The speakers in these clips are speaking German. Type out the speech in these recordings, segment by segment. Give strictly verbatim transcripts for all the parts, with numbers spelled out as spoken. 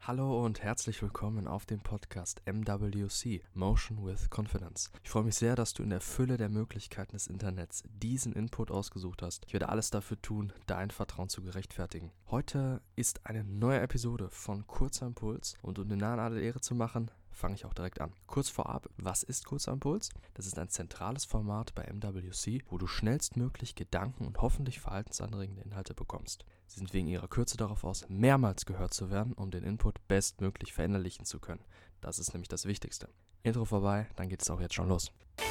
Hallo und herzlich willkommen auf dem Podcast M W C, Motion with Confidence. Ich freue mich sehr, dass du in der Fülle der Möglichkeiten des Internets diesen Input ausgesucht hast. Ich werde alles dafür tun, dein Vertrauen zu gerechtfertigen. Heute ist eine neue Episode von Kurzer Impuls und um den Nahen alle Ehre zu machen, fange ich auch direkt an. Kurz vorab, was ist Kurzer Impuls? Das ist ein zentrales Format bei M W C, wo du schnellstmöglich Gedanken und hoffentlich verhaltensanregende Inhalte bekommst. Sie sind wegen ihrer Kürze darauf aus, mehrmals gehört zu werden, um den Input bestmöglich verinnerlichen zu können. Das ist nämlich das Wichtigste. Intro vorbei, dann geht es auch jetzt schon los.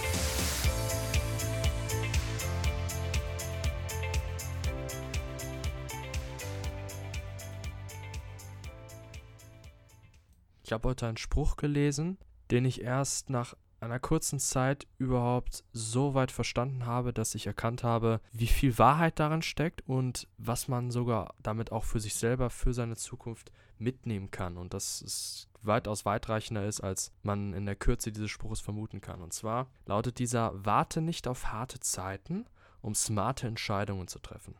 Ich habe heute einen Spruch gelesen, den ich erst nach einer kurzen Zeit überhaupt so weit verstanden habe, dass ich erkannt habe, wie viel Wahrheit darin steckt und was man sogar damit auch für sich selber, für seine Zukunft mitnehmen kann. Und dass es weitaus weitreichender ist, als man in der Kürze dieses Spruches vermuten kann. Und zwar lautet dieser: Warte nicht auf harte Zeiten, um smarte Entscheidungen zu treffen.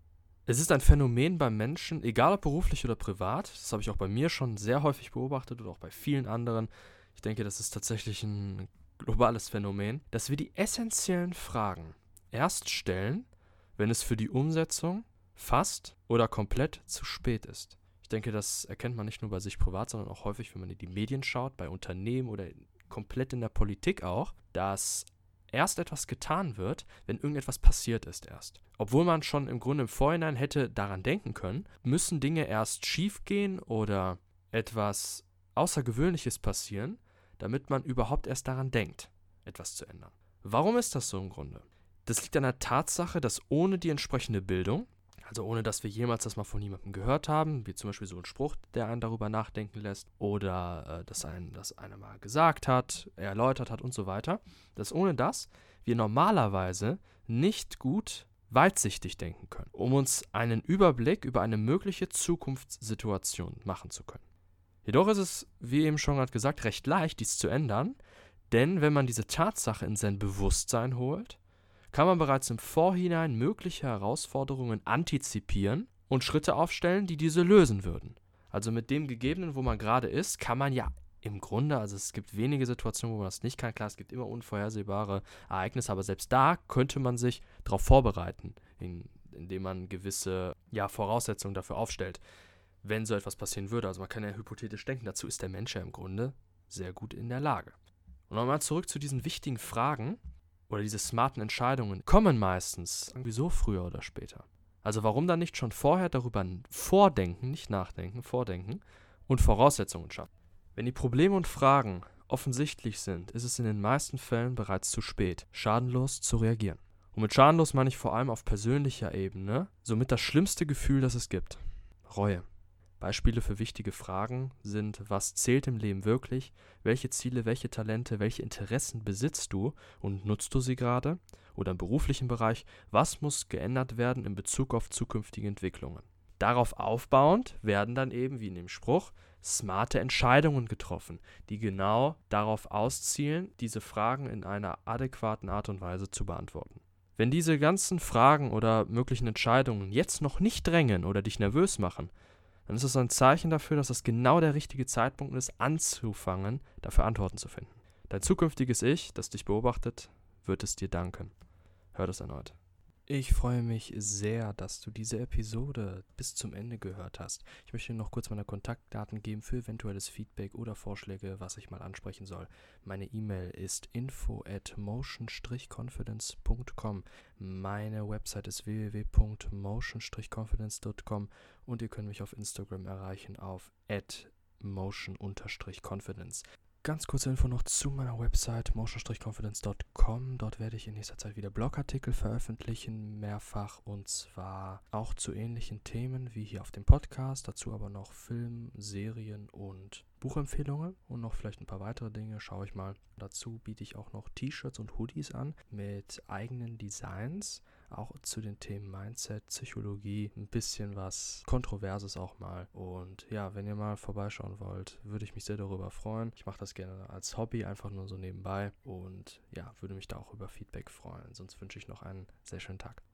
Es ist ein Phänomen beim Menschen, egal ob beruflich oder privat, das habe ich auch bei mir schon sehr häufig beobachtet und auch bei vielen anderen. Ich denke, das ist tatsächlich ein globales Phänomen, dass wir die essentiellen Fragen erst stellen, wenn es für die Umsetzung fast oder komplett zu spät ist. Ich denke, das erkennt man nicht nur bei sich privat, sondern auch häufig, wenn man in die Medien schaut, bei Unternehmen oder komplett in der Politik auch, dass erst etwas getan wird, wenn irgendetwas passiert ist erst. Obwohl man schon im Grunde im Vorhinein hätte daran denken können, müssen Dinge erst schief gehen oder etwas Außergewöhnliches passieren, damit man überhaupt erst daran denkt, etwas zu ändern. Warum ist das so im Grunde? Das liegt an der Tatsache, dass ohne die entsprechende Bildung, also ohne dass wir jemals das mal von jemandem gehört haben, wie zum Beispiel so ein Spruch, der einen darüber nachdenken lässt, oder äh, dass einen das einer mal gesagt hat, erläutert hat und so weiter, dass ohne das wir normalerweise nicht gut weitsichtig denken können, um uns einen Überblick über eine mögliche Zukunftssituation machen zu können. Jedoch ist es, wie eben schon gerade gesagt, recht leicht, dies zu ändern, denn wenn man diese Tatsache in sein Bewusstsein holt, kann man bereits im Vorhinein mögliche Herausforderungen antizipieren und Schritte aufstellen, die diese lösen würden. Also mit dem Gegebenen, wo man gerade ist, kann man ja im Grunde, also es gibt wenige Situationen, wo man das nicht kann. Klar, es gibt immer unvorhersehbare Ereignisse, aber selbst da könnte man sich darauf vorbereiten, in, indem man gewisse ja, Voraussetzungen dafür aufstellt, wenn so etwas passieren würde. Also man kann ja hypothetisch denken, dazu ist der Mensch ja im Grunde sehr gut in der Lage. Und nochmal zurück zu diesen wichtigen Fragen oder diese smarten Entscheidungen kommen meistens sowieso früher oder später. Also warum dann nicht schon vorher darüber vordenken, nicht nachdenken, vordenken und Voraussetzungen schaffen? Wenn die Probleme und Fragen offensichtlich sind, ist es in den meisten Fällen bereits zu spät, schadenlos zu reagieren. Und mit schadenlos meine ich vor allem auf persönlicher Ebene somit das schlimmste Gefühl, das es gibt: Reue. Beispiele für wichtige Fragen sind: Was zählt im Leben wirklich? Welche Ziele, welche Talente, welche Interessen besitzt du und nutzt du sie gerade? Oder im beruflichen Bereich: Was muss geändert werden in Bezug auf zukünftige Entwicklungen? Darauf aufbauend werden dann eben, wie in dem Spruch, smarte Entscheidungen getroffen, die genau darauf auszielen, diese Fragen in einer adäquaten Art und Weise zu beantworten. Wenn diese ganzen Fragen oder möglichen Entscheidungen jetzt noch nicht drängen oder dich nervös machen, dann ist es ein Zeichen dafür, dass es genau der richtige Zeitpunkt ist, anzufangen, dafür Antworten zu finden. Dein zukünftiges Ich, das dich beobachtet, wird es dir danken. Hör das erneut. Ich freue mich sehr, dass du diese Episode bis zum Ende gehört hast. Ich möchte dir noch kurz meine Kontaktdaten geben für eventuelles Feedback oder Vorschläge, was ich mal ansprechen soll. Meine E-Mail ist info at motion dash confidence dot com. Meine Website ist w w w punkt motion dash confidence dot com und ihr könnt mich auf Instagram erreichen auf at motion dash confidence. Ganz kurze Info noch zu meiner Website motion dash confidence dot com. Dort werde ich in nächster Zeit wieder Blogartikel veröffentlichen, mehrfach, und zwar auch zu ähnlichen Themen wie hier auf dem Podcast, dazu aber noch Film, Serien und Buchempfehlungen und noch vielleicht ein paar weitere Dinge, schaue ich mal. Dazu biete ich auch noch T-Shirts und Hoodies an mit eigenen Designs, auch zu den Themen Mindset, Psychologie, ein bisschen was Kontroverses auch mal. Und ja, wenn ihr mal vorbeischauen wollt, würde ich mich sehr darüber freuen. Ich mache das gerne als Hobby, einfach nur so nebenbei, und ja, würde mich da auch über Feedback freuen. Sonst wünsche ich noch einen sehr schönen Tag.